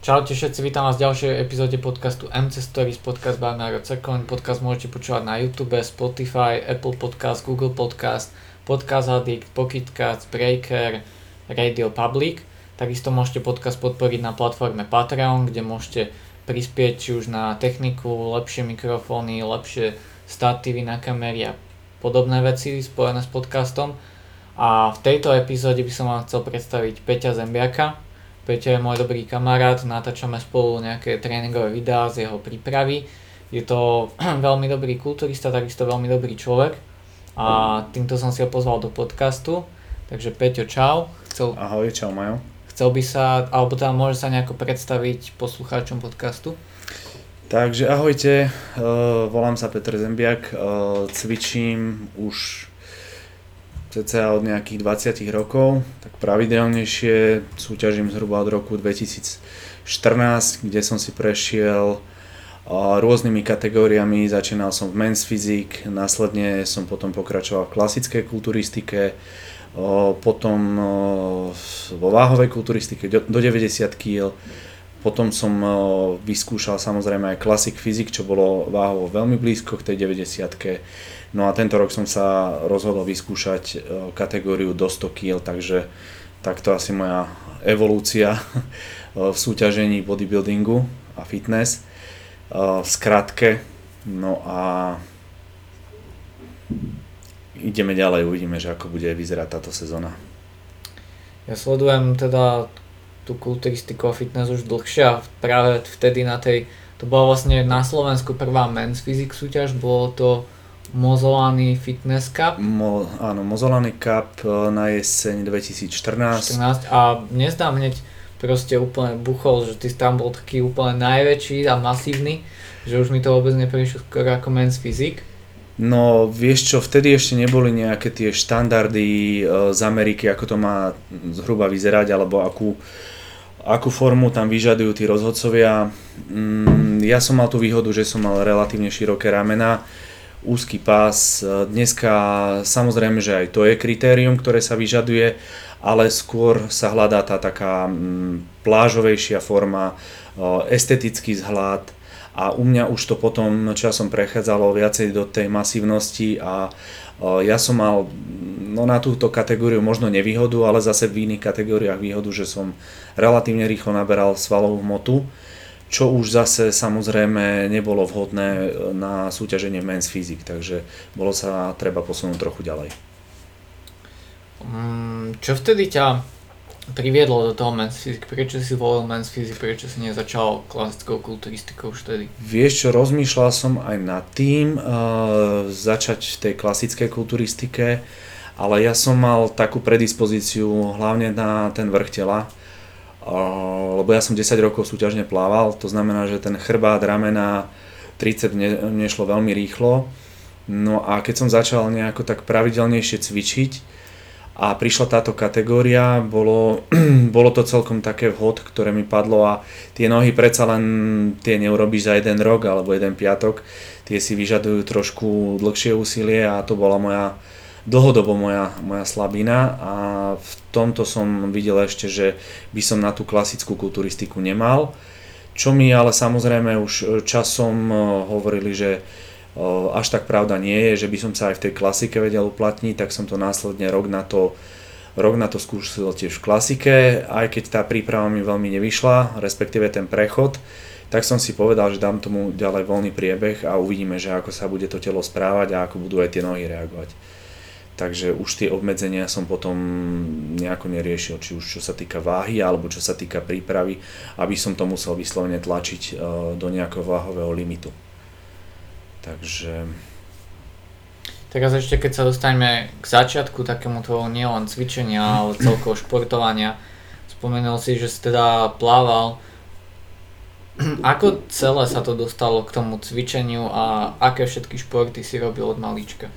Čaute všetci, vítam vás v ďalšej epizóde podcastu MC Stories, podcast by Mário Cekoň. Podcast môžete počúvať na YouTube, Spotify, Apple Podcast, Google Podcast, Podcast Addict, Pocket Casts, Breaker, Radio Public. Takisto môžete podcast podporiť na platforme Patreon, kde môžete prispieť či už na techniku, lepšie mikrofóny, lepšie statívy na kamery a podobné veci spojené s podcastom. A v tejto epizóde by som vám chcel predstaviť Peťa Zembiaka. Peťo je môj dobrý kamarát, natáčame spolu nejaké tréningové videá z jeho prípravy. Je to veľmi dobrý kulturista, takisto veľmi dobrý človek a týmto som si ho pozval do podcastu. Takže Peťo, čau. Ahoj, čau Majo. Chcel by sa, alebo teda môže sa nejako predstaviť poslucháčom podcastu? Takže ahojte, volám sa Peter Zembiak, cvičím už cca od nejakých 20 rokov, tak pravidelnejšie súťažím zhruba od roku 2014, kde som si prešiel rôznymi kategóriami. Začínal som v Men's Physique, následne som potom pokračoval v klasickej kulturistike, potom vo váhovej kulturistike do 90 kg, potom som vyskúšal samozrejme aj Classic Physique, čo bolo váhovo veľmi blízko k tej 90-ke. No a tento rok som sa rozhodol vyskúšať kategóriu do 100 kg, takže takto asi moja evolúcia v súťažení bodybuildingu a fitness. V skratke, no a ideme ďalej, uvidíme, že ako bude vyzerať táto sezóna. Ja sledujem teda tú kulturistiku a fitness už dlhšie a práve vtedy to bola vlastne na Slovensku prvá Men's Physique súťaž, bolo to Mozolany Fitness Cup. Áno, Mozolany Cup na jeseň 2014. A dnes tam hneď proste úplne buchol, že ty tam bol taký úplne najväčší a masívny, že už mi to vôbec neprišlo skoro ako Men's Physique. No vieš čo, vtedy ešte neboli nejaké tie štandardy z Ameriky, ako to má zhruba vyzerať, alebo akú formu tam vyžadujú tí rozhodcovia. Ja som mal tú výhodu, že som mal relatívne široké ramená, úzky pás. Dneska samozrejme, že aj to je kritérium, ktoré sa vyžaduje, ale skôr sa hľadá tá taká plážovejšia forma, estetický vzhľad a u mňa už to potom časom prechádzalo viacej do tej masívnosti a ja som mal na túto kategóriu možno nevýhodu, ale zase v iných kategóriách výhodu, že som relatívne rýchlo naberal svalovú hmotu, čo už zase samozrejme nebolo vhodné na súťaženie Men's Physique, takže bolo sa treba posunúť trochu ďalej. Čo vtedy ťa priviedlo do toho Men's Physique? Prečo si volil Men's Physique? Prečo si nezačal klasickou kulturistikou už vtedy? Vieš čo, rozmýšľal som aj nad tým začať v tej klasickej kulturistike, ale ja som mal takú predispozíciu hlavne na ten vrch tela, lebo ja som 10 rokov súťažne plával, to znamená, že ten chrbát, ramena, triceps nešlo veľmi rýchlo. No a keď som začal nejako tak pravidelnejšie cvičiť a prišla táto kategória, bolo to celkom také vhod, ktoré mi padlo a tie nohy predsa len tie neurobíš za jeden rok alebo jeden piatok, tie si vyžadujú trošku dlhšie úsilie a to bola dlhodobo moja slabina a v tomto som videl ešte, že by som na tú klasickú kulturistiku nemal, čo mi ale samozrejme už časom hovorili, že až tak pravda nie je, že by som sa aj v tej klasike vedel uplatniť, tak som to následne rok na to skúsil tiež v klasike, aj keď tá príprava mi veľmi nevyšla, respektíve ten prechod, tak som si povedal, že dám tomu ďalej voľný priebeh a uvidíme, že ako sa bude to telo správať a ako budú aj tie nohy reagovať. Takže už tie obmedzenia som potom nejako neriešil, či už čo sa týka váhy alebo čo sa týka prípravy, aby som to musel vyslovene tlačiť do nejakého váhového limitu. Takže... Teraz ešte keď sa dostaneme k začiatku takémuto nielen cvičenia, ale celkovo športovania, spomenul si, že si teda plával. Ako celé sa to dostalo k tomu cvičeniu a aké všetky športy si robil od malička?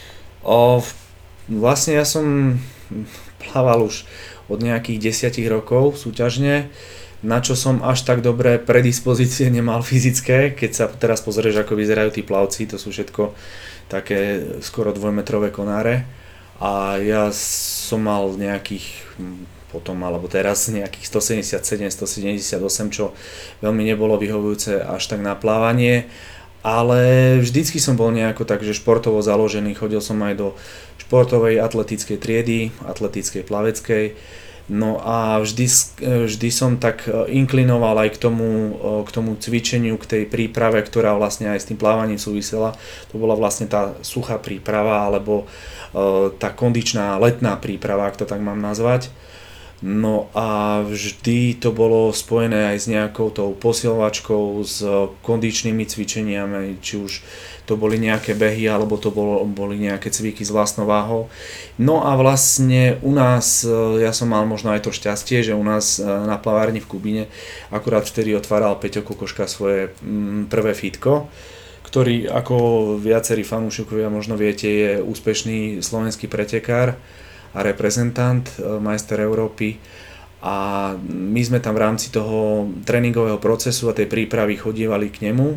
Vlastne ja som plával už od nejakých 10 rokov súťažne, na čo som až tak dobré predispozície nemal fyzické. Keď sa teraz pozrieš, ako vyzerajú tí plavci, to sú všetko také skoro 2-metrové konáre a ja som mal nejakých potom alebo teraz nejakých 177, 178, čo veľmi nebolo vyhovujúce až tak na plávanie, ale vždycky som bol nejako takže športovo založený, chodil som aj do športovej atletickej triedy, atletickej plaveckej, no a vždy som tak inklinoval aj k tomu cvičeniu, k tej príprave, ktorá vlastne aj s tým plávaním súvisela. To bola vlastne tá suchá príprava alebo tá kondičná letná príprava, ak to tak mám nazvať. No a vždy to bolo spojené aj s nejakou tou posilovačkou, s kondičnými cvičeniami, či už to boli nejaké behy, alebo to boli nejaké cviky s vlastnou váhou. No a vlastne u nás, ja som mal možno aj to šťastie, že u nás na plavárni v Kubíne akurát vtedy otváral Peťo Kokoška svoje prvé fitko, ktorý, ako viacerí fanúšikovia možno viete, je úspešný slovenský pretekár a reprezentant, majster Európy, a my sme tam v rámci toho tréningového procesu a tej prípravy chodívali k nemu,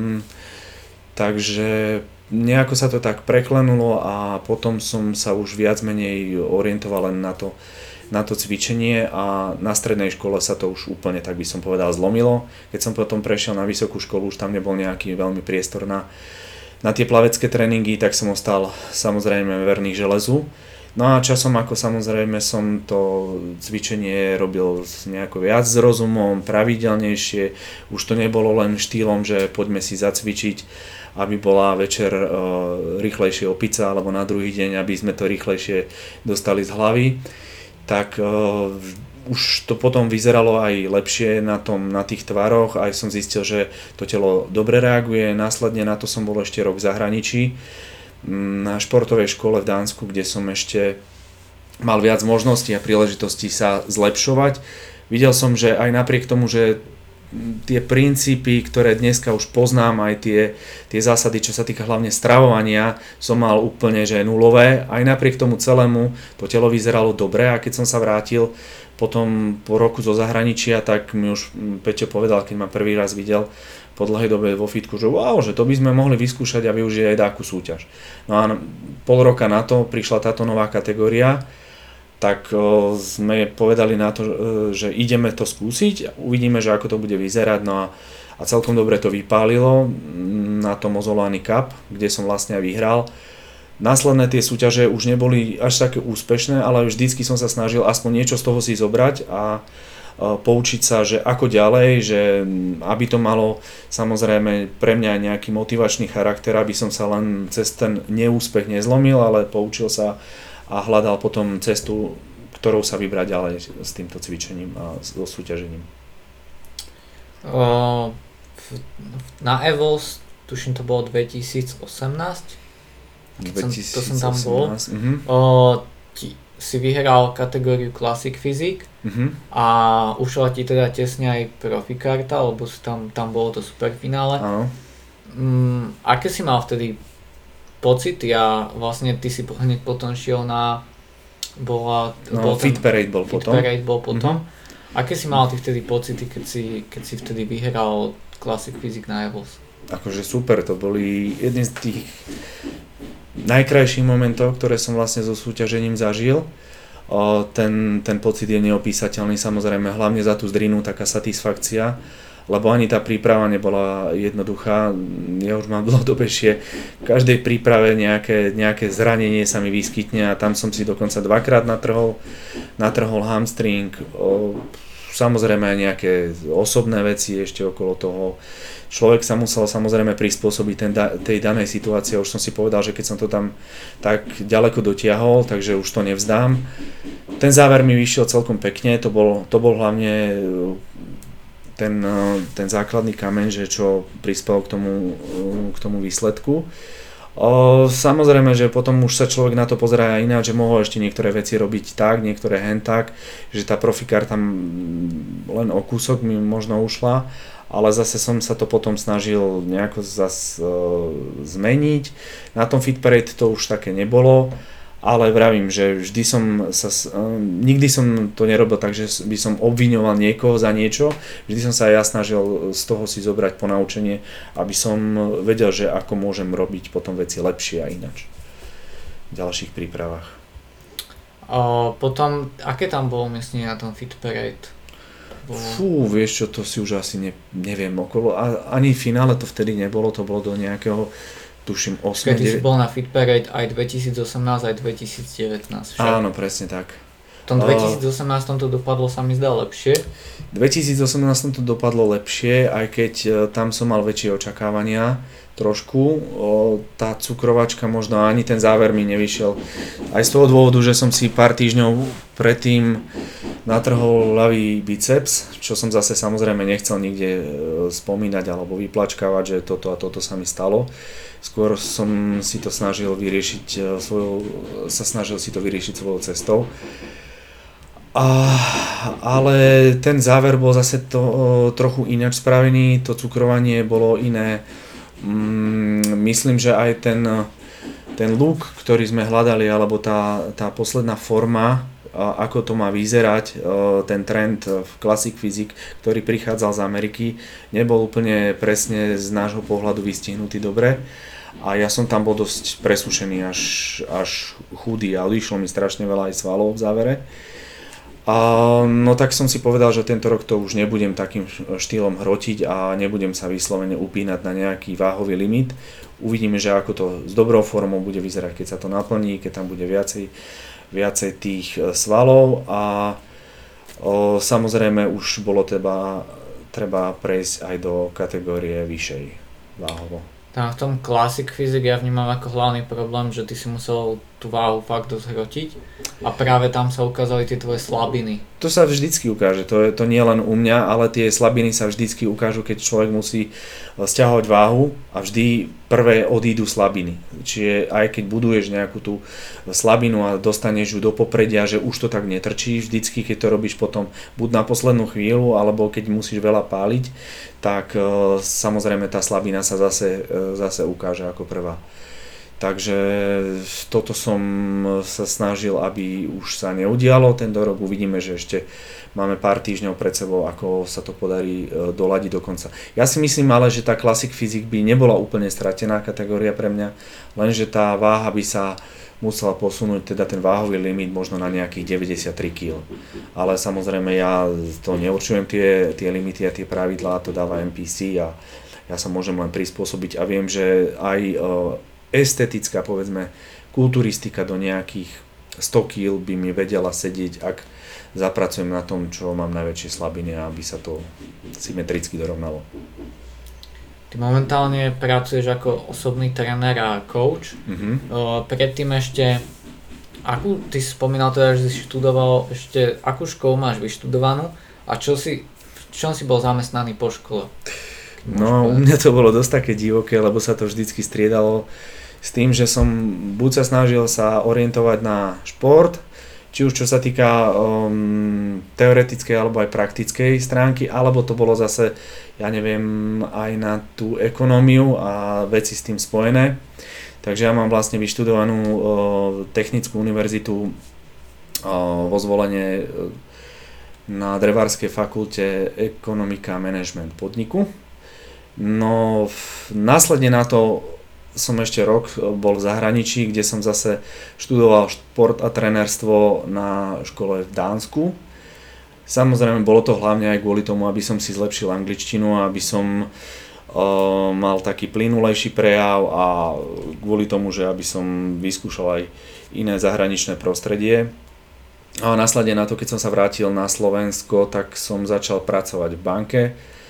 takže nejako sa to tak preklenulo a potom som sa už viac menej orientoval len na to cvičenie a na strednej škole sa to už úplne, tak by som povedal, zlomilo. Keď som potom prešiel na vysokú školu, už tam nebol nejaký veľmi priestor na tie plavecké tréningy, tak som ostal samozrejme verný železu. No a časom, ako samozrejme, som to cvičenie robil nejako viac s rozumom, pravidelnejšie. Už to nebolo len štýlom, že poďme si zacvičiť, aby bola večer rýchlejšie opica, alebo na druhý deň, aby sme to rýchlejšie dostali z hlavy. Tak už to potom vyzeralo aj lepšie na tých tvaroch, aj som zistil, že to telo dobre reaguje. Následne na to som bol ešte rok v zahraničí, na športovej škole v Dánsku, kde som ešte mal viac možností a príležitostí sa zlepšovať. Videl som, že aj napriek tomu, že tie princípy, ktoré dneska už poznám, aj tie zásady, čo sa týka hlavne stravovania, som mal úplne že nulové. Aj napriek tomu celému to telo vyzeralo dobre a keď som sa vrátil potom po roku zo zahraničia, tak mi už Peťo povedal, keď ma prvý raz videl po dlhej dobe vo fitku, že wow, že to by sme mohli vyskúšať a využiť aj takú súťaž. No a pol roka na to prišla táto nová kategória, tak sme povedali na to, že ideme to skúsiť, uvidíme, že ako to bude vyzerať, no a celkom dobre to vypálilo na tom Ozolany Cup, kde som vlastne aj vyhral. Následné tie súťaže už neboli až také úspešné, ale vždycky som sa snažil aspoň niečo z toho si zobrať a poučiť sa, že ako ďalej, že aby to malo samozrejme pre mňa nejaký motivačný charakter, aby som sa len cez ten neúspech nezlomil, ale poučil sa a hľadal potom cestu, ktorou sa vybrať ďalej s týmto cvičením a so súťažením. Na Evos, tuším to bolo 2018, to som tam bol, si vyhral kategóriu Classic Physique a ušla ti teda tesne aj profikarta, lebo si tam bolo to superfinále. Aké si mal vtedy pocity a vlastne ty si hneď potom šiel na Fit Parade bol potom. Aké si mal ty vtedy pocity, keď si vtedy vyhral Classic Physique na Evos? Akože super, to boli jedni z tých najkrajších momentov, ktoré som vlastne so súťažením zažil. Ten pocit je neopísateľný, samozrejme, hlavne za tú zdrinu, taká satisfakcia, lebo ani tá príprava nebola jednoduchá. Ja už mám dlhodobejšie, v každej príprave nejaké zranenie sa mi vyskytne a tam som si dokonca dvakrát natrhol hamstring, samozrejme aj nejaké osobné veci ešte okolo toho. Človek sa musel samozrejme prispôsobiť tej danej situácii. Už som si povedal, že keď som to tam tak ďaleko dotiahol, takže už to nevzdám. Ten záver mi vyšiel celkom pekne, to bol hlavne ten základný kameň, že čo prispel k tomu výsledku. Samozrejme, že potom už sa človek na to pozerá aj ináč, že mohol ešte niektoré veci robiť tak, niektoré hen tak, že tá profikár tam len o kúsok mi možno ušla, ale zase som sa to potom snažil nejako zmeniť. Na tom Fit Parade to už také nebolo, ale vravím, že nikdy som to nerobil tak, že by som obviňoval niekoho za niečo, vždy som sa aj ja snažil z toho si zobrať ponaučenie, aby som vedel, že ako môžem robiť potom veci lepšie a ináč v ďalších prípravách. Potom, aké tam bolo umiestnenie na tom Fit Parade? Vieš čo, to si už asi neviem okolo, ani v finále to vtedy nebolo, to bolo do nejakého, tuším, 8. Keď si bol na Fit Parade aj 2018, aj 2019 však. Áno, presne tak. V tom 2018 to dopadlo, sa mi zdá, lepšie. V 2018 to dopadlo lepšie, aj keď tam som mal väčšie očakávania trošku. Tá cukrovačka, možno ani ten záver mi nevyšiel. Aj z toho dôvodu, že som si pár týždňov predtým natrhol ľavý biceps, čo som zase samozrejme nechcel nikde spomínať alebo vyplačkávať, že toto a toto sa mi stalo. Skôr som si to snažil vyriešiť svojou cestou. Ale ten záver bol zase trochu ináč spravený, to cukrovanie bolo iné. Myslím, že aj ten look, ktorý sme hľadali, alebo tá posledná forma, ako to má vyzerať, ten trend v Classic Physique, ktorý prichádzal z Ameriky, nebol úplne presne z nášho pohľadu vystihnutý dobre. A ja som tam bol dosť presušený, až chudý a odišlo mi strašne veľa aj svalov v závere. No tak som si povedal, že tento rok to už nebudem takým štýlom hrotiť a nebudem sa vyslovene upínať na nejaký váhový limit. Uvidíme, že ako to s dobrou formou bude vyzerať, keď sa to naplní, keď tam bude viacej tých svalov a samozrejme už bolo treba prejsť aj do kategórie vyššej váhovo. Tam v tom Classic Physique ja vnímam ako hlavný problém, že ty si musel tú váhu fakt dosť hrotiť a práve tam sa ukázali tie tvoje slabiny. To sa vždycky ukáže, to nie len u mňa, ale tie slabiny sa vždycky ukážu, keď človek musí stiahovať váhu a vždy prvé odídu slabiny. Čiže aj keď buduješ nejakú tú slabinu a dostaneš ju do popredia, že už to tak netrčí, vždycky keď to robíš potom buď na poslednú chvíľu, alebo keď musíš veľa páliť, tak samozrejme tá slabina sa zase ukáže ako prvá. Takže toto som sa snažil, aby už sa neudialo tento rok. Uvidíme, že ešte máme pár týždňov pred sebou, ako sa to podarí doladiť do konca. Ja si myslím ale, že tá Classic Physique by nebola úplne stratená kategória pre mňa, lenže tá váha by sa musela posunúť, teda ten váhový limit možno na nejakých 93 kg. Ale samozrejme ja to neurčujem tie limity a tie pravidlá, to dáva NPC a ja sa môžem len prispôsobiť a viem, že aj estetická, povedzme, kulturistika do nejakých 100 kg by mi vedela sedieť, ak zapracujem na tom, čo mám najväčšie slabiny, aby sa to symetricky dorovnalo. Ty momentálne pracuješ ako osobný tréner a coach. Predtým ešte, ty si spomínal teda, že si študoval ešte, akú školu máš vyštudovanú a čom si bol zamestnaný po škole? No, u mňa to bolo dosť také divoké, lebo sa to vždycky striedalo s tým, že som buď sa snažil sa orientovať na šport, či už čo sa týka teoretickej alebo aj praktickej stránky, alebo to bolo zase, ja neviem, aj na tú ekonómiu a veci s tým spojené. Takže ja mám vlastne vyštudovanú technickú univerzitu vo Zvolenie na Drevárskej fakulte ekonomika a management podniku. No následne na to som ešte rok bol v zahraničí, kde som zase študoval šport a trénerstvo na škole v Dánsku. Samozrejme bolo to hlavne aj kvôli tomu, aby som si zlepšil angličtinu, aby som mal taký plynulejší prejav a kvôli tomu, že aby som vyskúšal aj iné zahraničné prostredie. A následne na to, keď som sa vrátil na Slovensko, tak som začal pracovať v banke.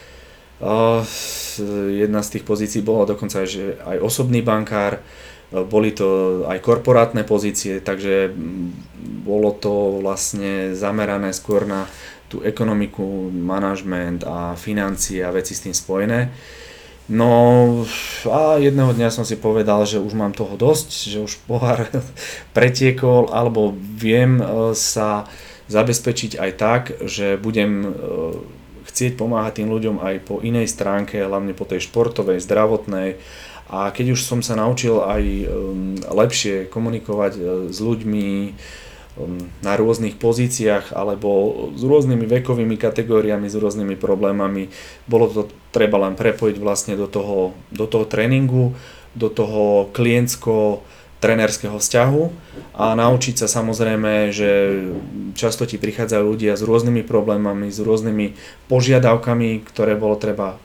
Jedna z tých pozícií bola dokonca aj osobný bankár, boli to aj korporátne pozície, takže bolo to vlastne zamerané skôr na tú ekonomiku, manažment a financie a veci s tým spojené. No a jedného dňa som si povedal, že už mám toho dosť, že už pohár pretiekol, alebo viem sa zabezpečiť aj tak, že budem chcieť pomáhať tým ľuďom aj po inej stránke, hlavne po tej športovej, zdravotnej. A keď už som sa naučil aj lepšie komunikovať s ľuďmi na rôznych pozíciách alebo s rôznymi vekovými kategóriami, s rôznymi problémami, bolo to treba len prepojiť vlastne do toho tréningu, do toho klientsko trénerského vzťahu a naučiť sa samozrejme, že často ti prichádzajú ľudia s rôznymi problémami, s rôznymi požiadavkami, ktoré bolo treba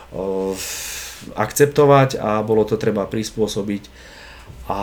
akceptovať a bolo to treba prispôsobiť. A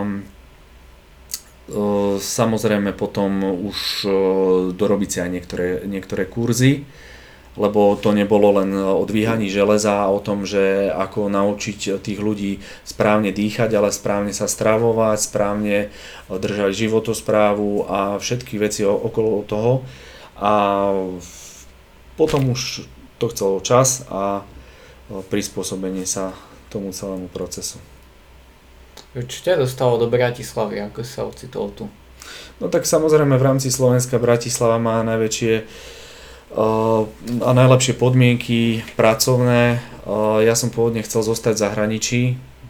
samozrejme potom už dorobiť si aj niektoré kurzy, lebo to nebolo len o dvíhaní železa a o tom, že ako naučiť tých ľudí správne dýchať, ale správne sa stravovať, správne držať životosprávu a všetky veci okolo toho. A potom už to chcelo čas a prispôsobenie sa tomu celému procesu. Čo ťa dostalo do Bratislavy, ako sa ocitol tu? No tak samozrejme v rámci Slovenska Bratislava má najväčšie a najlepšie podmienky pracovné. Ja som pôvodne chcel zostať v zahraničí,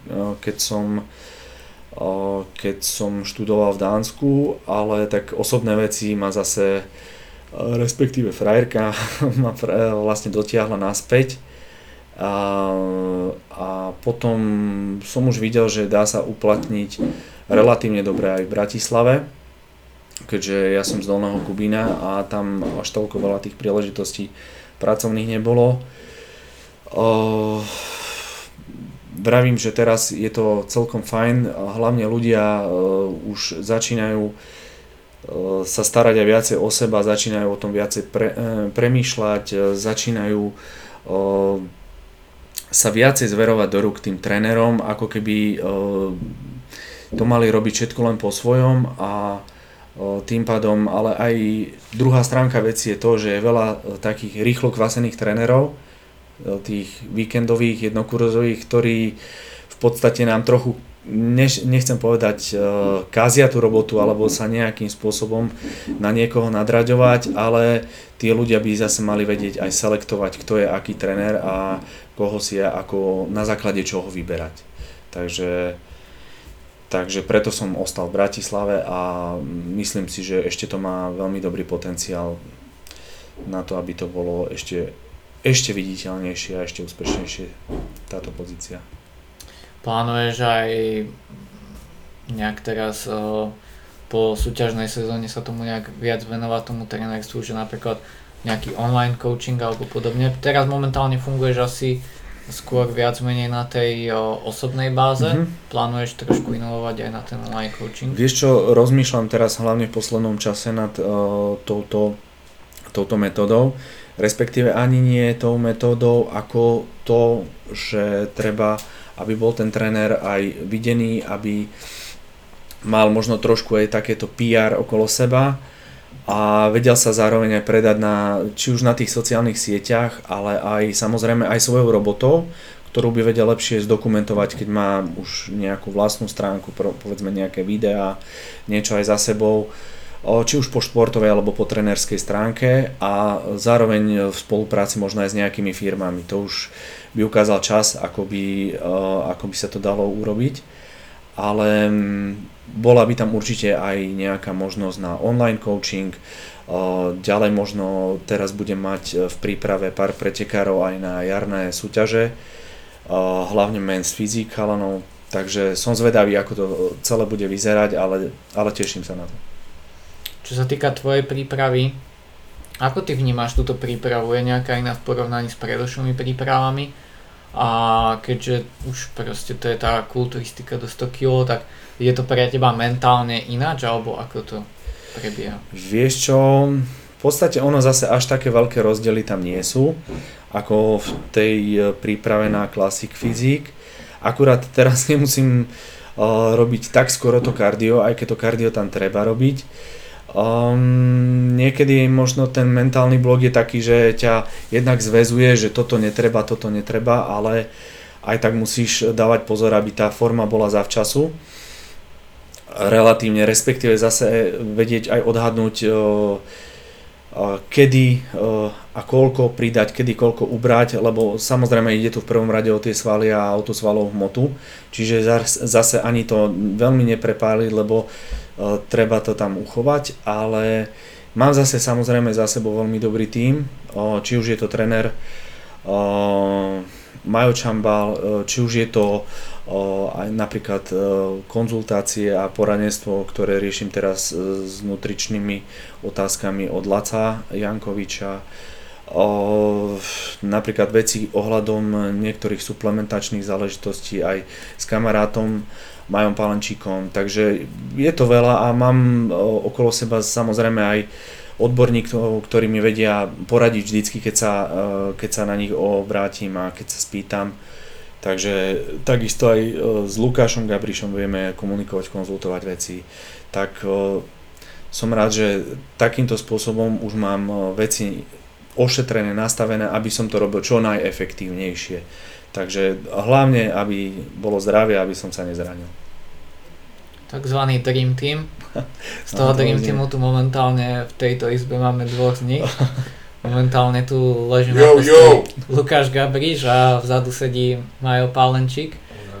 keď som študoval v Dánsku, ale tak osobné veci ma zase, respektíve frajerka ma vlastne dotiahla naspäť. A potom som už videl, že dá sa uplatniť relatívne dobre aj v Bratislave, keďže ja som z Dolného Kubína a tam až toľko veľa tých príležitostí pracovných nebolo. Vravím, že teraz je to celkom fajn, hlavne ľudia už začínajú sa starať aj viacej o seba, začínajú o tom viacej premýšľať, začínajú sa viacej zverovať do rúk tým trénerom, ako keby to mali robiť všetko len po svojom a tým pádom, ale aj druhá stránka veci je to, že je veľa takých rýchlo kvasených trénerov, tých víkendových, jednokurzových, ktorí v podstate nám trochu, nechcem povedať, kazia tú robotu alebo sa nejakým spôsobom na niekoho nadraďovať, ale tí ľudia by zase mali vedieť aj selektovať, kto je aký tréner a koho si ako na základe čoho vyberať. Takže preto som ostal v Bratislave a myslím si, že ešte to má veľmi dobrý potenciál na to, aby to bolo ešte viditeľnejšie a ešte úspešnejšie táto pozícia. Plánuješ aj nejak teraz po súťažnej sezóne sa tomu nejak viac venovať tomu trénerstvu, že napríklad nejaký online coaching alebo podobne? Teraz momentálne funguješ asi skôr viac menej na tej osobnej báze. Plánuješ trošku inovovať aj na ten online coaching? Vieš čo, rozmýšľam teraz hlavne v poslednom čase nad touto metódou, respektíve ani nie tou metódou ako to, že treba, aby bol ten tréner aj videný, aby mal možno trošku aj takéto PR okolo seba a vedel sa zároveň aj predať či už na tých sociálnych sieťach, ale aj samozrejme aj svojou robotou, ktorú by vedel lepšie zdokumentovať, keď má už nejakú vlastnú stránku, povedzme nejaké videá, niečo aj za sebou, či už po športovej alebo po trénerskej stránke a zároveň v spolupráci možno aj s nejakými firmami. To už by ukázal čas, ako by sa to dalo urobiť, ale bola by tam určite aj nejaká možnosť na online coaching. Ďalej možno teraz budem mať v príprave pár pretekárov aj na jarné súťaže, hlavne men's physique chalanov, takže som zvedavý, ako to celé bude vyzerať, ale teším sa na to. Čo sa týka tvojej prípravy, ako ty vnímaš túto prípravu? Je nejaká iná v porovnaní s predošlými prípravami? A keďže už proste to je tá kulturistika do 100 kg, tak je to pre teba mentálne ináč, alebo ako to prebieha? Vieš čo, v podstate ono zase až také veľké rozdiely tam nie sú, ako v tej príprave na Classic Physique. Akurát teraz nemusím robiť tak skoro to kardio, aj keď to kardio tam treba robiť. Niekedy možno ten mentálny blok je taký, že ťa jednak zväzuje, že toto netreba, ale aj tak musíš dávať pozor, aby tá forma bola zavčasu. Relatívne, respektíve zase vedieť aj odhadnúť, kedy a koľko pridať, kedy koľko ubrať, lebo samozrejme ide tu v prvom rade o tie svaly a o tú svalovú hmotu, čiže zase ani to veľmi neprepáliť, lebo treba to tam uchovať, ale mám zase samozrejme za sebou veľmi dobrý tím, či už je to tréner Majo Čambal, či už je to aj napríklad konzultácie a poradenstvo, ktoré riešim teraz s nutričnými otázkami od Laca Jankoviča, napríklad veci ohľadom niektorých suplementačných záležitostí aj s kamarátom Majom Palenčíkom, takže je to veľa a mám okolo seba samozrejme aj odborníkov, ktorí mi vedia poradiť vždycky, keď sa na nich obrátim a keď sa spýtam. Takže takisto aj s Lukášom Gabrišom vieme komunikovať, konzultovať veci. Tak som rád, že takýmto spôsobom už mám veci ošetrené, nastavené, aby som to robil čo najefektívnejšie. Takže hlavne, aby bolo zdravie, aby som sa nezranil. Takzvaný Dream Team. Z toho Dream Teamu tu momentálne v tejto izbe máme dvoch z nich. Momentálne tu leží na posteli Lukáš Gabriš a vzadu sedí Majo Palenčík.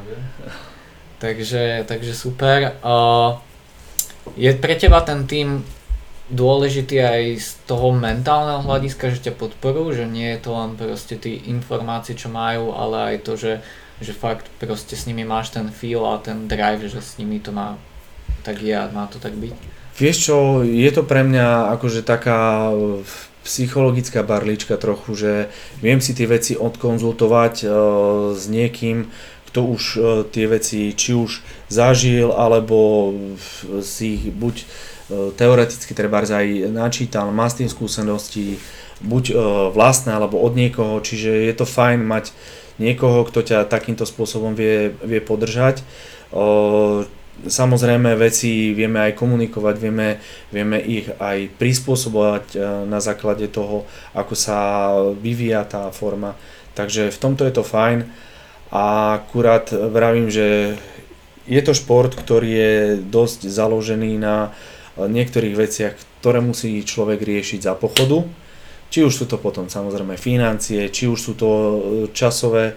Takže super. Je pre teba ten tým dôležitý aj z toho mentálneho hľadiska, že ťa podporujú, že nie je to len proste tí informácie, čo majú, ale aj to, že fakt proste s nimi máš ten feel a ten drive, že s nimi to má tak je a má to tak byť? Vieš čo, je to pre mňa akože taká psychologická barlička trochu, že viem si tie veci odkonzultovať s niekým, kto už tie veci či už zažil, alebo si ich buď teoreticky trebárs aj načítal, má s tým skúsenosti, buď vlastné, alebo od niekoho, čiže je to fajn mať niekoho, kto ťa takýmto spôsobom vie podržať. Samozrejme veci vieme aj komunikovať, vieme ich aj prispôsobovať na základe toho, ako sa vyvíja tá forma. Takže v tomto je to fajn a akurát vravím, že je to šport, ktorý je dosť založený na niektorých veciach, ktoré musí človek riešiť za pochodu. Či už sú to potom samozrejme financie, či už sú to časové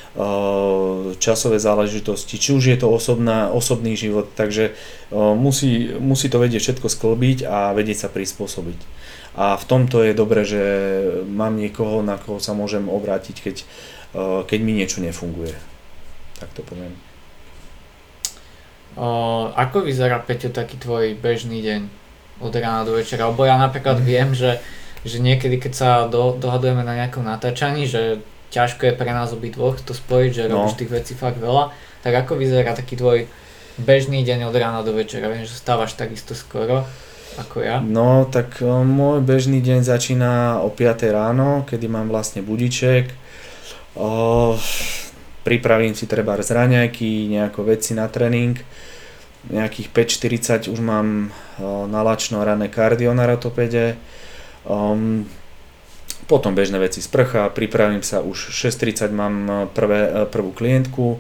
záležitosti, či už je to osobný život, takže musí to vedieť všetko sklbiť a vedieť sa prispôsobiť. A v tomto je dobré, že mám niekoho, na koho sa môžem obrátiť, keď mi niečo nefunguje. Tak to poviem. Ako vyzerá, Peťo, taký tvoj bežný deň od rána do večera? Lebo ja napríklad viem, že niekedy, keď sa dohadujeme na nejakom natáčaní, že ťažko je pre nás obidvoch to spojiť, že robíš tých vecí fakt veľa, tak ako vyzerá taký tvoj bežný deň od rána do večera? Viem, že stávaš takisto skoro ako ja. No, tak môj bežný deň začína o 5 ráno, kedy mám vlastne budíček. Pripravím si trebárs raňajky, nejaké veci na tréning. Nejakých 5:40 už mám nalačno rané kardio na Ratopede. Potom bežné veci sprcha, pripravím sa už 6:30, mám prvú klientku.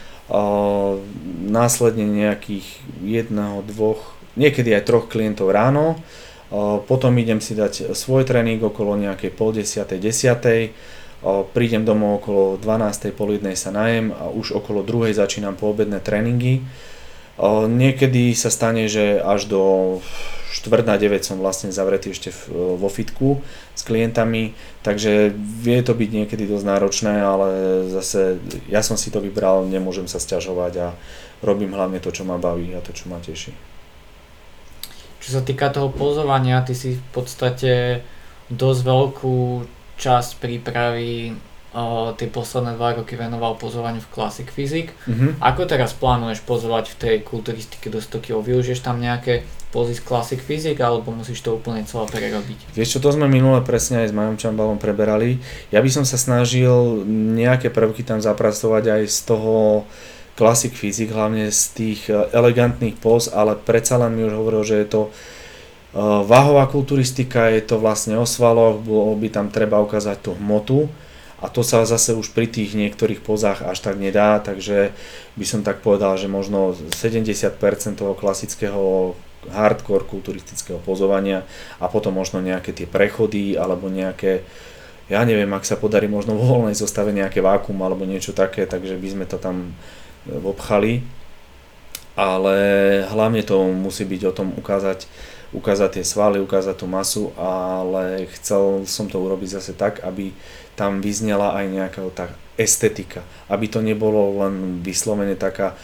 Následne nejakých 1, 2, niekedy aj 3 klientov ráno. Potom idem si dať svoj tréning okolo nejakej 9:30, 10:00. Prídem domov okolo 12:00, 12:30 sa najem a už okolo 2:00 začínam poobedné tréningy. Niekedy sa stane, že až do 8:45 som vlastne zavretý ešte vo fitku s klientami, takže vie to byť niekedy dosť náročné, ale zase ja som si to vybral, nemôžem sa sťažovať a robím hlavne to, čo ma baví a to, čo ma teší. Čo sa týka toho pozovania, ty si v podstate dosť veľkú časť prípravy tie posledné 2 roky venoval pozovaniu v Classic Physique. Ako teraz plánuješ pozovať v tej kulturistike do 100 kg? Využiješ tam nejaké pozy z Classic Physique alebo musíš to úplne celé prerobiť? Vieš čo, to sme minule presne aj s Majom Čambalom preberali. Ja by som sa snažil nejaké prvky tam zapracovať aj z toho Classic Physique, hlavne z tých elegantných poz, ale predsa len mi už hovoril, že je to váhová kulturistika, je to vlastne o svaloch, bolo by tam treba ukázať tú hmotu a to sa zase už pri tých niektorých pozách až tak nedá, takže by som tak povedal, že možno 70% toho klasického hardcore kulturistického pozovania a potom možno nejaké tie prechody alebo nejaké, ja neviem, ak sa podarí možno vo voľnej zostave nejaké vákuum alebo niečo také, takže by sme to tam obchali, ale hlavne to musí byť o tom ukázať ukázať tie svaly, ukázať tú masu, ale chcel som to urobiť zase tak, aby tam vyznela aj nejaká tá estetika, aby to nebolo len vyslovene taká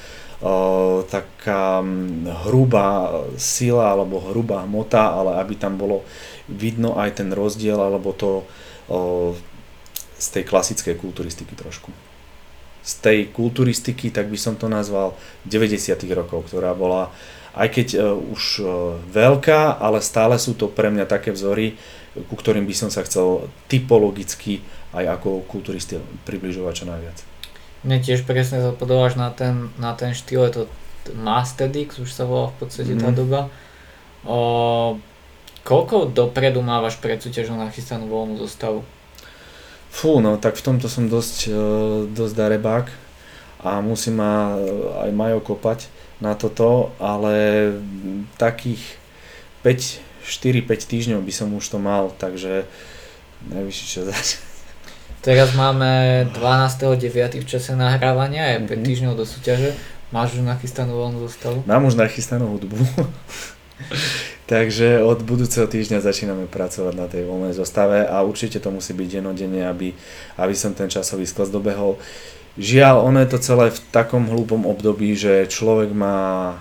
hrubá sila alebo hrubá hmota, ale aby tam bolo vidno aj ten rozdiel alebo to z tej klasickej kulturistiky trošku. Z tej kulturistiky, tak by som to nazval 90. rokov, ktorá bola aj keď už veľká, ale stále sú to pre mňa také vzory, ku ktorým by som sa chcel typologicky aj ako kulturisti približovať čo najviac. Mne tiež presne zapadováš na ten štýl, je to Mastedix, už sa volá v podstate tá doba. Koľko dopredu mávaš pred súťažou nachystanú voľnú zostavu? Fú, no tak v tomto som dosť darebák a musí ma aj Majo kopať na toto, ale takých 4-5 týždňov by som už to mal, takže najvyšší čas začať. Teraz máme 12.9. v čase nahrávania, je 5 týždňov do súťaže. Máš už nachystanú voľnú zostavu? Mám už nachystanú hudbu. Takže od budúceho týždňa začíname pracovať na tej voľnej zostave a určite to musí byť denodenne, aby som ten časový sklz dobehol. Žiaľ, ono je to celé v takom hlúpom období, že človek má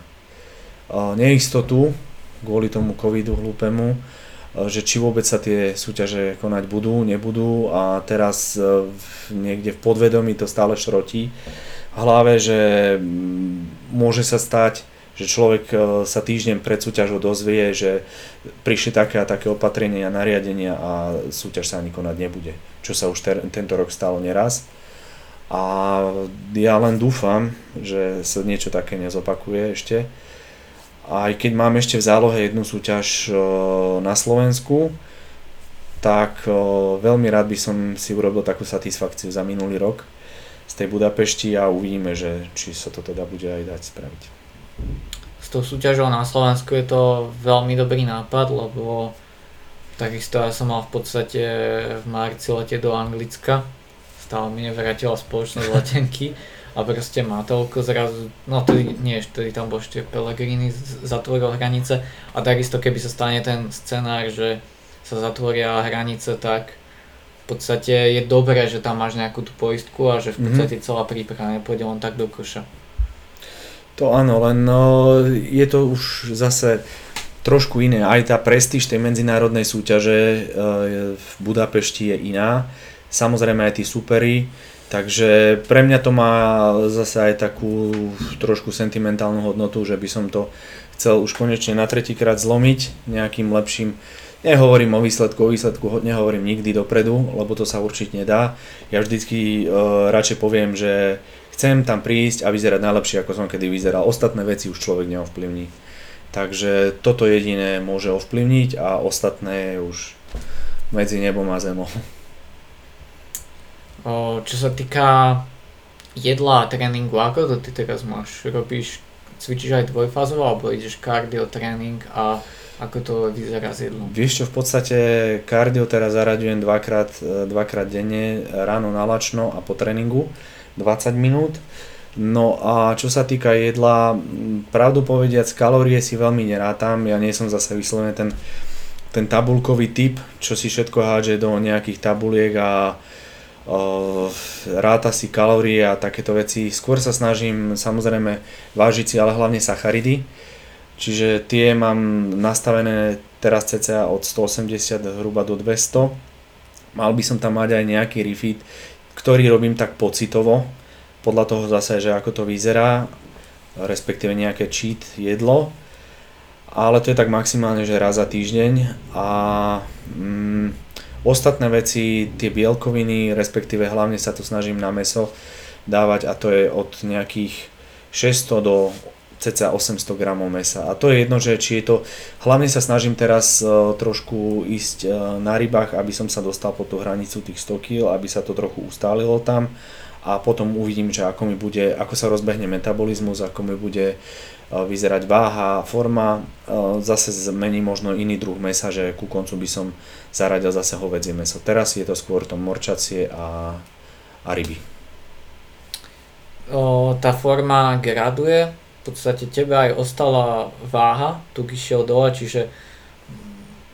neistotu kvôli tomu covidu hlúpemu, že či vôbec sa tie súťaže konať budú, nebudú a teraz niekde v podvedomí to stále šrotí v hlave, že môže sa stať, že človek sa týždeň pred súťažou dozvie, že prišli také a také opatrenia a nariadenia a súťaž sa ani konať nebude, čo sa už tento rok stalo neraz. A ja len dúfam, že sa niečo také nezopakuje ešte. Aj keď mám ešte v zálohe jednu súťaž na Slovensku, tak veľmi rád by som si urobil takú satisfakciu za minulý rok z tej Budapešti a uvidíme, že či sa to teda bude aj dať spraviť. S tou súťažou na Slovensku je to veľmi dobrý nápad, lebo takisto ja som mal v podstate v marci letieť do Anglicka, stále mi nevrátila spoločnosť letenky. A proste má toľko zrazu, no vtedy tam bol ešte Pellegrini, zatvoril hranice a takisto keby sa stane ten scenár, že sa zatvoria hranice, tak v podstate je dobré, že tam máš nejakú tú poistku a že v podstate celá príprava nepôjde len tak do koša. To áno, len je to už zase trošku iné, aj tá prestíž tej medzinárodnej súťaže v Budapešti je iná, samozrejme aj tí superi. Takže pre mňa to má zase aj takú trošku sentimentálnu hodnotu, že by som to chcel už konečne na tretíkrát zlomiť nejakým lepším. Nehovorím o výsledku nehovorím nikdy dopredu, lebo to sa určite nedá. Ja vždycky radšej poviem, že chcem tam prísť a vyzerať najlepšie, ako som kedy vyzeral. Ostatné veci už človek neovplyvní. Takže toto jediné môže ovplyvniť a ostatné je už medzi nebom a zemou. Čo sa týka jedla a tréningu, ako to ty teraz máš? Cvičíš aj dvojfázovo, alebo ideš kardio, tréning a ako to vyzerá s jedlom? Vieš čo, v podstate kardio teraz zaraďujem dvakrát denne, ráno na lačno a po tréningu 20 minút. No a čo sa týka jedla, pravdu povediac, kalórie si veľmi nerátam, ja nie som zase vyslovene ten tabuľkový typ, čo si všetko hádže do nejakých tabuliek a ráta si kalórie a takéto veci. Skôr sa snažím samozrejme vážiť si, ale hlavne sacharidy. Čiže tie mám nastavené teraz cca od 180 hruba do 200. Mal by som tam mať aj nejaký refeed, ktorý robím tak pocitovo, podľa toho zase, že ako to vyzerá, respektíve nejaké cheat jedlo. Ale to je tak maximálne, že raz za týždeň a ostatné veci, tie bielkoviny, respektíve hlavne sa to snažím na mäso dávať a to je od nejakých 600 do cca 800 gramov mäsa. A to je jedno, že či je to, hlavne sa snažím teraz trošku ísť na rybách, aby som sa dostal po tú hranicu tých 100 kg, aby sa to trochu ustálilo tam a potom uvidím, že ako sa rozbehne metabolizmus, ako mi bude vyzerať váha, forma, zase zmení možno iný druh mäsa, že ku koncu by som zaradil zase hovädzie mäso. Teraz je to skôr to morčacie a ryby. Tá forma graduje, v podstate tebe aj ostala váha, tuk išiel dole, čiže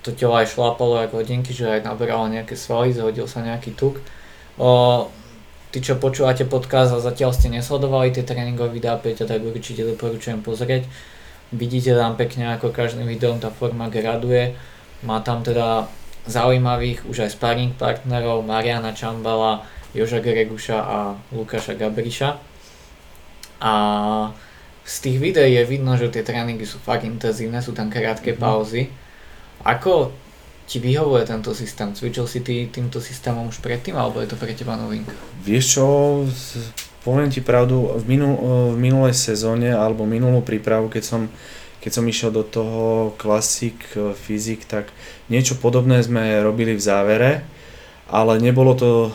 to telo aj šlápalo ako hodinky, že aj naberalo nejaké svaly, zhodil sa nejaký tuk. Tí, čo počúvate podcast a zatiaľ ste nesledovali tie tréningové videá Peťa, tak určite doporučujem pozrieť. Vidíte tam pekne, ako každým videom tá forma graduje. Má tam teda zaujímavých už aj sparring partnerov Mariana Čambala, Joža Greguša a Lukáša Gabriša. A z tých videí je vidno, že tie tréningy sú fakt intenzívne, sú tam krátke pauzy. Ako ti vyhovuje tento systém? Cvičil si ty týmto systémom už predtým, alebo je to pre teba novinka? Vieš čo, poviem ti pravdu, v minulej sezóne alebo minulú prípravu, keď som išiel do toho Classic Physique, tak niečo podobné sme robili v závere, ale nebolo to,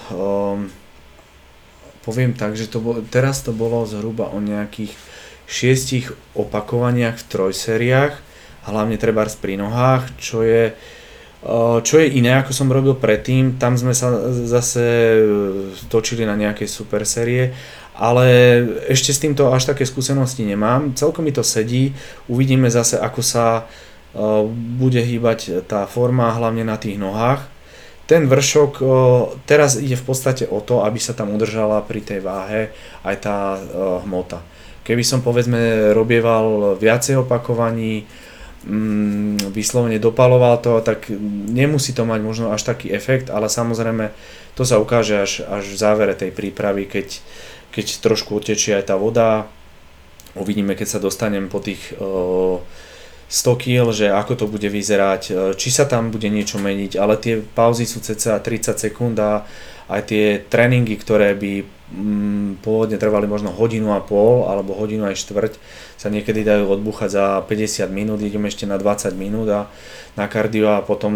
poviem tak, že teraz to bolo zhruba o nejakých 6 opakovaniach v trojsériách, hlavne trebárs pri nohách, čo je iné, ako som robil predtým. Tam sme sa zase točili na nejaké super série, ale ešte s týmto až také skúsenosti nemám. Celkom mi to sedí, uvidíme zase, ako sa bude hýbať tá forma, hlavne na tých nohách. Ten vršok teraz ide v podstate o to, aby sa tam udržala pri tej váhe aj tá hmota. Keby som povedzme robieval viacej opakovaní, vyslovene dopaloval to, tak nemusí to mať možno až taký efekt, ale samozrejme to sa ukáže až v závere tej prípravy, keď trošku utečie aj tá voda. Uvidíme, keď sa dostanem po tých 100 kg, že ako to bude vyzerať, či sa tam bude niečo meniť, ale tie pauzy sú cca 30 sekúnd a aj tie tréningy, ktoré by pôvodne trvali možno hodinu a pol alebo hodinu aj štvrť, sa niekedy dajú odbúchať za 50 minút, ideme ešte na 20 minút a na kardio a potom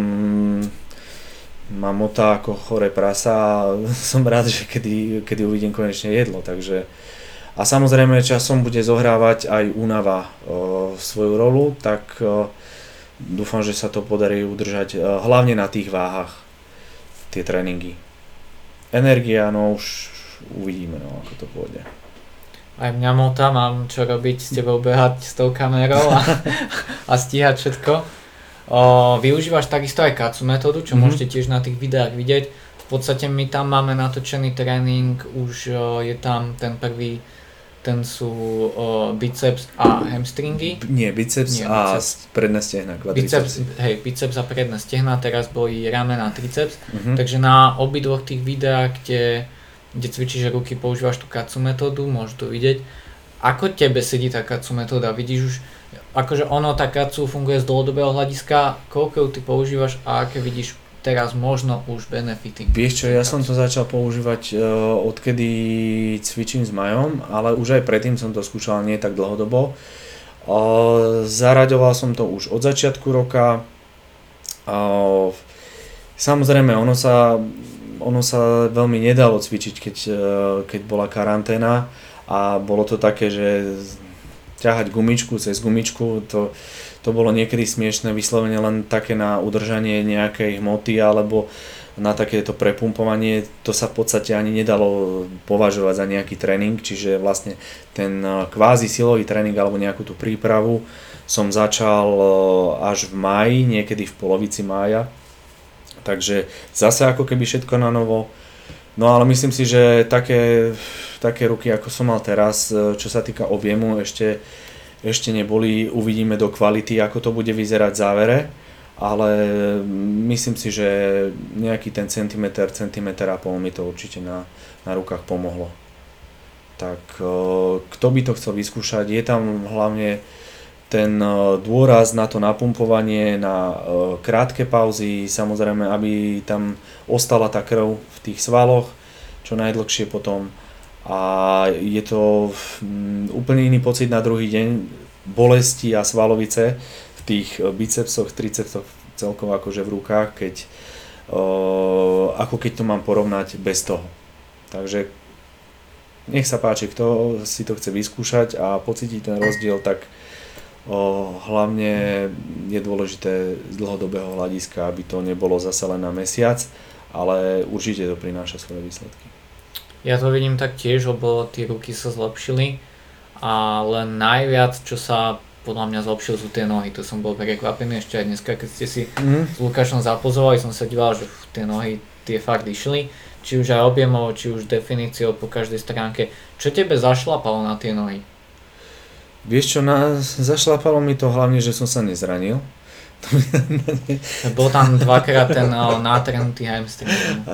ma motá ako choré prasa a som rád, že kedy uvidím konečne jedlo, takže a samozrejme časom bude zohrávať aj únava svoju rolu, tak dúfam, že sa to podarí udržať hlavne na tých váhach, tie tréningy. Energia, no už uvidíme, no, ako to pôjde. Aj mňa motá, mám čo robiť s tebou, behať s tou kamerou a stíhať všetko. Využívaš takisto aj KATSU metódu, čo môžete tiež na tých videách vidieť. V podstate my tam máme natočený tréning, už je tam ten prvý, ten sú biceps a hamstringy. Biceps a predné stehna, kvadriceps. Biceps a predné stehna, teraz boli ramena a triceps. Takže na obidvoch tých videách, kde cvičíš ruky, používaš tú KATSU metódu, môžeš to vidieť. Ako tebe sedí tá KATSU metóda? Vidíš už, akože tá KATSU funguje z dlhodobého hľadiska, koľko ju ty používaš a aké vidíš teraz možno už benefity? Vieš čo, ja som to začal používať odkedy cvičím s Majom, ale už aj predtým som to skúšal nie tak dlhodobo. Zaraďoval som to už od začiatku roka. Samozrejme, ono sa veľmi nedalo cvičiť, keď bola karanténa a bolo to také, že ťahať gumičku cez gumičku, to bolo niekedy smiešné, vyslovene len také na udržanie nejakej hmoty alebo na takéto prepumpovanie, to sa v podstate ani nedalo považovať za nejaký tréning, čiže vlastne ten kvázi silový tréning alebo nejakú tú prípravu som začal až v máji, niekedy v polovici mája, takže zase ako keby všetko na novo. No ale myslím si, že také ruky ako som mal teraz, čo sa týka objemu, ešte neboli, uvidíme do kvality, ako to bude vyzerať v závere, ale myslím si, že nejaký ten centimeter a pol mi to určite na rukách pomohlo. Tak kto by to chcel vyskúšať, je tam hlavne ten dôraz na to napumpovanie, na krátke pauzy, samozrejme, aby tam ostala tá krv v tých svaloch, čo najdlhšie potom. A je to úplne iný pocit na druhý deň, bolesti a svalovice v tých bicepsoch, tricepsoch, celkovo akože v rukách, ako keď to mám porovnať bez toho. Takže nech sa páči, kto si to chce vyskúšať a pocítiť ten rozdiel, tak hlavne je dôležité z dlhodobého hľadiska, aby to nebolo zase len na mesiac, ale určite to prináša svoje výsledky. Ja to vidím tak tiež, lebo tie ruky sa zlepšili, ale najviac, čo sa podľa mňa zlepšil, sú tie nohy. To som bol prekvapený ešte aj dneska, keď ste si s Lukášom zapozovali, som sa díval, že tie nohy tie fakt išli. Či už aj objemov, či už definíciou po každej stránke. Čo tebe zašlapalo na tie nohy? Vieš čo, zašlapalo mi to hlavne, že som sa nezranil. Bol tam dvakrát ten nátrhnutý hamstring.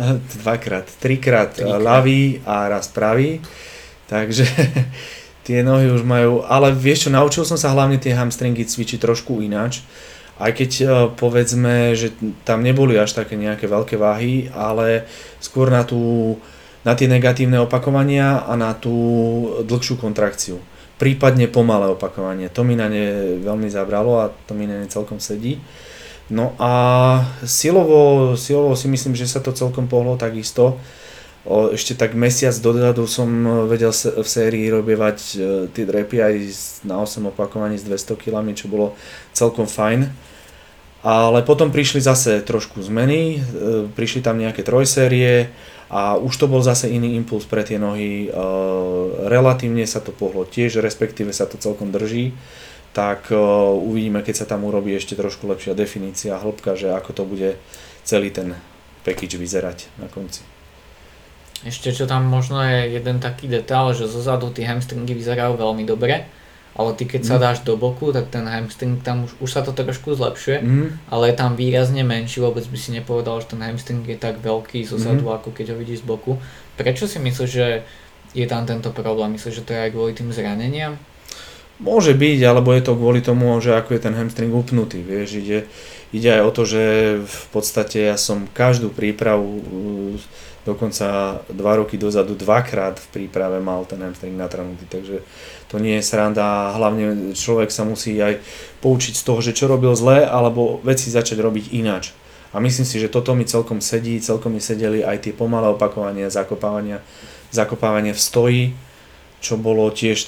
Trikrát ľavý a raz pravý. Takže tie nohy už majú, ale vieš čo, naučil som sa hlavne tie hamstringy cvičiť trošku ináč. Aj keď povedzme, že tam neboli až také nejaké veľké váhy, ale skôr na tie negatívne opakovania a na tú dlhšiu kontrakciu. Prípadne pomalé opakovanie. To mi na ne veľmi zabralo a to mi na ne celkom sedí. No a silovo si myslím, že sa to celkom pohlo takisto. Ešte tak mesiac dozadu som vedel v sérii robievať tie drepy aj na 8 opakovaní s 200 kg, čo bolo celkom fajn. Ale potom prišli zase trošku zmeny, prišli tam nejaké trojsérie a už to bol zase iný impuls pre tie nohy. Relatívne sa to pohlo tiež, respektíve sa to celkom drží. Tak uvidíme, keď sa tam urobí ešte trošku lepšia definícia, hĺbka, že ako to bude celý ten package vyzerať na konci. Ešte čo tam možno je jeden taký detail, že zozadu tie hamstringy vyzerajú veľmi dobre, ale ty keď sa dáš do boku, tak ten hamstring tam už sa to trošku zlepšuje, ale je tam výrazne menší, vôbec by si nepovedal, že ten hamstring je tak veľký zozadu, ako keď ho vidíš z boku. Prečo si myslíš, že je tam tento problém? Myslíš, že to je aj kvôli tým zraneniam? Môže byť, alebo je to kvôli tomu, že ako je ten hamstring upnutý, vieš, ide aj o to, že v podstate ja som každú prípravu, dokonca 2 roky dozadu dvakrát v príprave mal ten hamstring natrhnutý, takže to nie je sranda, hlavne človek sa musí aj poučiť z toho, že čo robil zle, alebo veci začať robiť ináč. A myslím si, že toto mi celkom sedí, celkom mi sedeli aj tie pomalé opakovania, zakopávanie v stoji, čo bolo tiež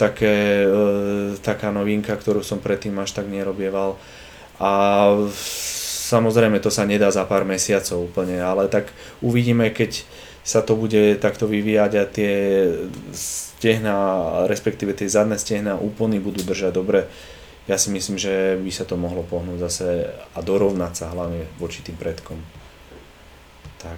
taká novinka, ktorú som predtým až tak nerobieval. A samozrejme to sa nedá za pár mesiacov úplne, ale tak uvidíme, keď sa to bude takto vyvíjať a tie stehná, respektíve tie zadné stehná úpony budú držať dobre. Ja si myslím, že by sa to mohlo pohnúť zase a dorovnať sa hlavne voči tým predkom. Tak.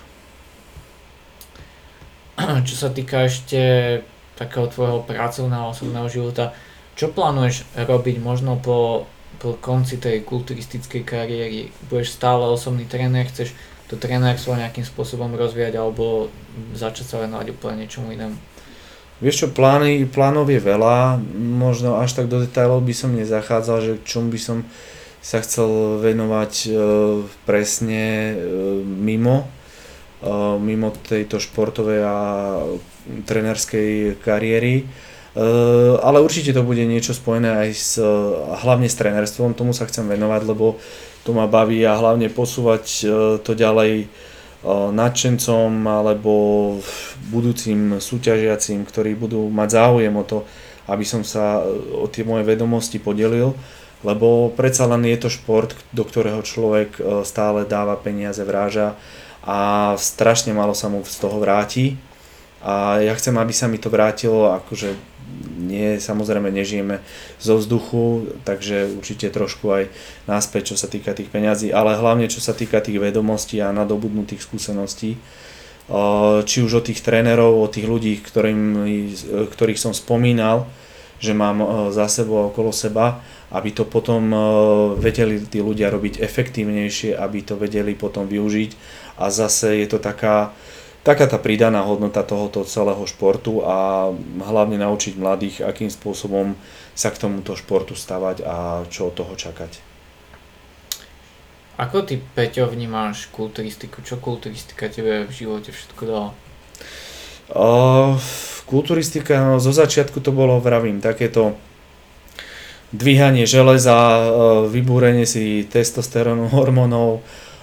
Čo sa týka ešte takého tvojho pracovného osobného života, čo plánuješ robiť možno po konci tej kulturistickej kariéry? Budeš stále osobný tréner, chceš to trénerstvo nejakým spôsobom rozvíjať alebo začať sa venovať úplne niečomu inému? Vieš čo, plánov je veľa, možno až tak do detailov by som nezachádzal, že čomu by som sa chcel venovať presne mimo tejto športovej a trénerskej kariéry, ale určite to bude niečo spojené aj hlavne s trénerstvom, tomu sa chcem venovať, lebo to ma baví a hlavne posúvať to ďalej nadšencom alebo budúcim súťažiacim, ktorí budú mať záujem o to, aby som sa o tie moje vedomosti podelil, lebo predsa len je to šport, do ktorého človek stále dáva peniaze, vráža a strašne málo sa mu z toho vráti. A ja chcem, aby sa mi to vrátilo, akože samozrejme nežijeme zo vzduchu, takže určite trošku aj naspäť, čo sa týka tých peňazí, ale hlavne čo sa týka tých vedomostí a nadobudnutých skúseností, či už od tých trénerov, od tých ľudí, ktorých som spomínal, že mám za sebou okolo seba, aby to potom vedeli tí ľudia robiť efektívnejšie, aby to vedeli potom využiť a zase je to taká tá pridaná hodnota tohoto celého športu a hlavne naučiť mladých, akým spôsobom sa k tomuto športu stavať a čo od toho čakať. Ako ty, Peťo, vnímáš kulturistiku? Čo kulturistika tebe v živote všetko dala? Kulturistika, zo začiatku to bolo, vravím, takéto dvíhanie železa, vybúrenie si testosterónu, hormónov,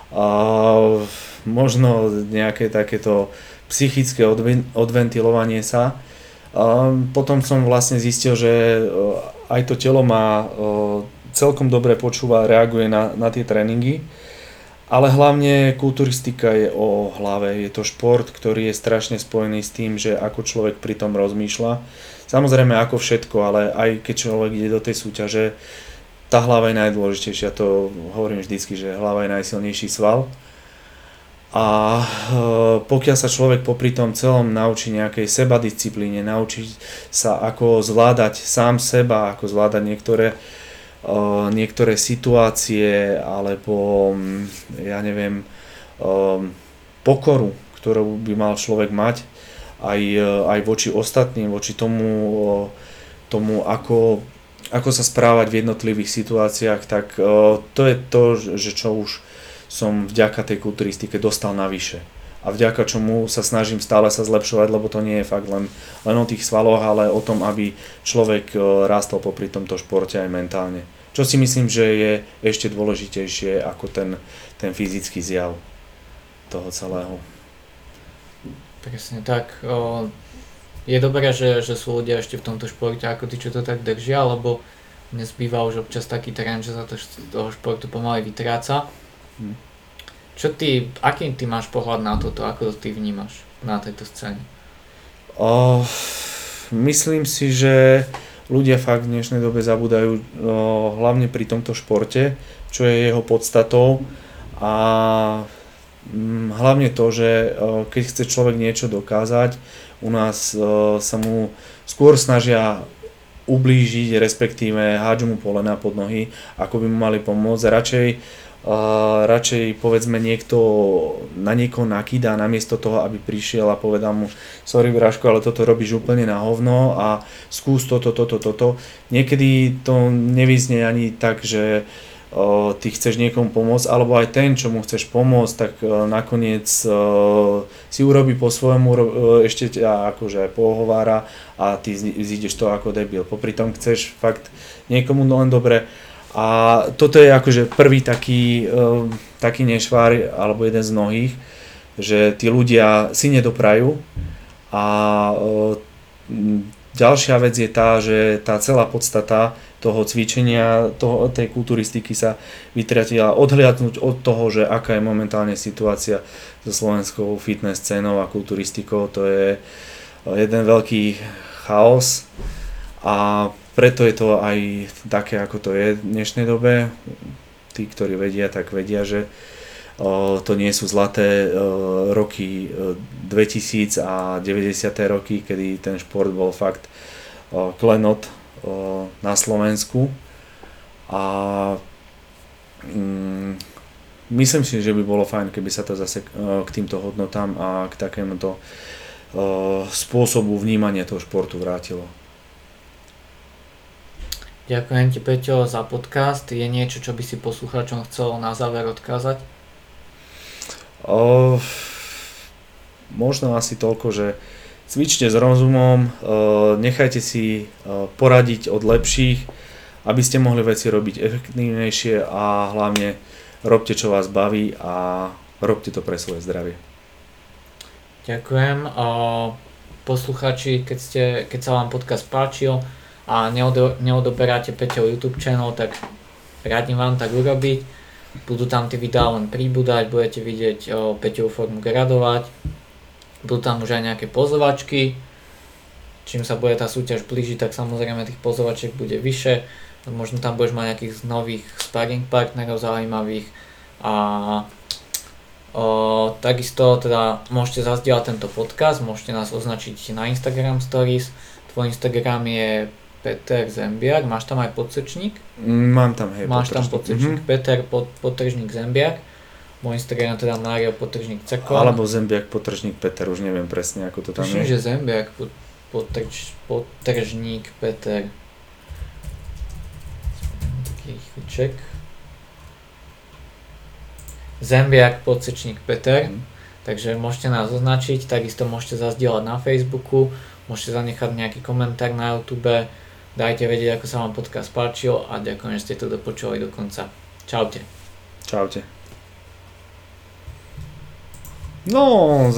možno nejaké takéto psychické odventilovanie sa. Potom som vlastne zistil, že aj to telo ma celkom dobre počúva, reaguje na tie tréningy Ale hlavne kulturistika je o hlave, je to šport, ktorý je strašne spojený s tým, že ako človek pri tom rozmýšľa. Samozrejme ako všetko, ale aj keď človek ide do tej súťaže, tá hlava je najdôležitejšia, to hovorím vždycky, že hlava je najsilnejší sval. A pokiaľ sa človek popri tom celom naučí nejakej sebadisciplíne, naučí sa ako zvládať sám seba, ako zvládať niektoré situácie, alebo ja neviem, pokoru, ktorú by mal človek mať aj voči ostatným, voči tomu ako sa správať v jednotlivých situáciách, tak to je to, že čo už som vďaka tej kulturistike dostal navyše. A vďaka čomu sa snažím stále sa zlepšovať, lebo to nie je fakt len o tých svaloch, ale o tom, aby človek rástol popri tomto športe aj mentálne. Čo si myslím, že je ešte dôležitejšie ako ten fyzický zjav toho celého. Presne tak. Je dobré, že sú ľudia ešte v tomto športe ako tí, čo to tak držia, lebo dnes býva už občas taký trend, že sa to z toho športu pomaly vytráca. Aký ty máš pohľad na toto, ako to ty vnímaš na tejto scéne? Myslím si, že ľudia fakt v dnešnej dobe zabúdajú hlavne pri tomto športe, čo je jeho podstatou, a hlavne to, že keď chce človek niečo dokázať, u nás sa mu skôr snažia ublížiť, respektíve hádžu mu polena pod nohy, ako by mu mali pomôcť. Radšej povedzme niekto na niekoho nakýdá namiesto toho, aby prišiel a povedal mu: sorry Bráško, ale toto robíš úplne na hovno a skús toto. Niekedy to nevyznie ani tak, že ty chceš niekomu pomôcť, alebo aj ten, čo mu chceš pomôcť, tak nakoniec si urobí po svojmu, ešte ťa akože aj pohovára a ty zídeš to ako debil. Popri tom chceš fakt niekomu len dobre. A toto je akože prvý taký nešvár, alebo jeden z mnohých, že tí ľudia si nedoprajú. A ďalšia vec je tá, že tá celá podstata toho cvičenia, tej kulturistiky sa vytratila. Odhliadnúť od toho, že aká je momentálne situácia so slovenskou fitness scénou a kulturistikou, to je jeden veľký chaos. A preto je to aj také, ako to je v dnešnej dobe. Tí, ktorí vedia, tak vedia, že to nie sú zlaté roky 2000 a 90. roky, kedy ten šport bol fakt klenot na Slovensku. A myslím si, že by bolo fajn, keby sa to zase k týmto hodnotám a k takémuto spôsobu vnímania toho športu vrátilo. Ďakujem ti, Peťo, za podcast. Je niečo, čo by si poslucháčom chcel na záver odkázať? Možno asi toľko, že cvičte s rozumom, nechajte si poradiť od lepších, aby ste mohli veci robiť efektívnejšie, a hlavne robte, čo vás baví, a robte to pre svoje zdravie. Ďakujem. Poslucháči, keď sa vám podcast páčil a neodoberáte Peťov YouTube channel, tak radím vám tak urobiť. Budú tam tie videá len pribúdať, budete vidieť Peťovú formu gradovať. Budú tam už aj nejaké pozovačky. Čím sa bude tá súťaž blížiť, tak samozrejme tých pozovačiek bude vyše. Možno tam budeš mať nejakých nových sparring partnerov zaujímavých. A takisto teda môžete zazdieľať tento podcast, môžete nás označiť na Instagram Stories. Tvoj Instagram je Peter Zembiak, máš tam aj podsečník? Mám tam, hej, máš tam podsečník, Peter podtržník Zembiak, môj Instagram teda Mário podtržník Cekon. Alebo Zembiak podtržník Peter, už neviem presne, ako to tam je. Myslím, že Zembiak podtržník Peter. Taký chuček. Zembiak podsečník Peter, takže môžete nás označiť, takisto môžete zazdieľať na Facebooku, môžete zanechať nejaký komentár na YouTube, dajte vedieť, ako sa vám podcast páčil, a ďakujem, že ste to dopočuli do konca. Čaute. Čaute. No,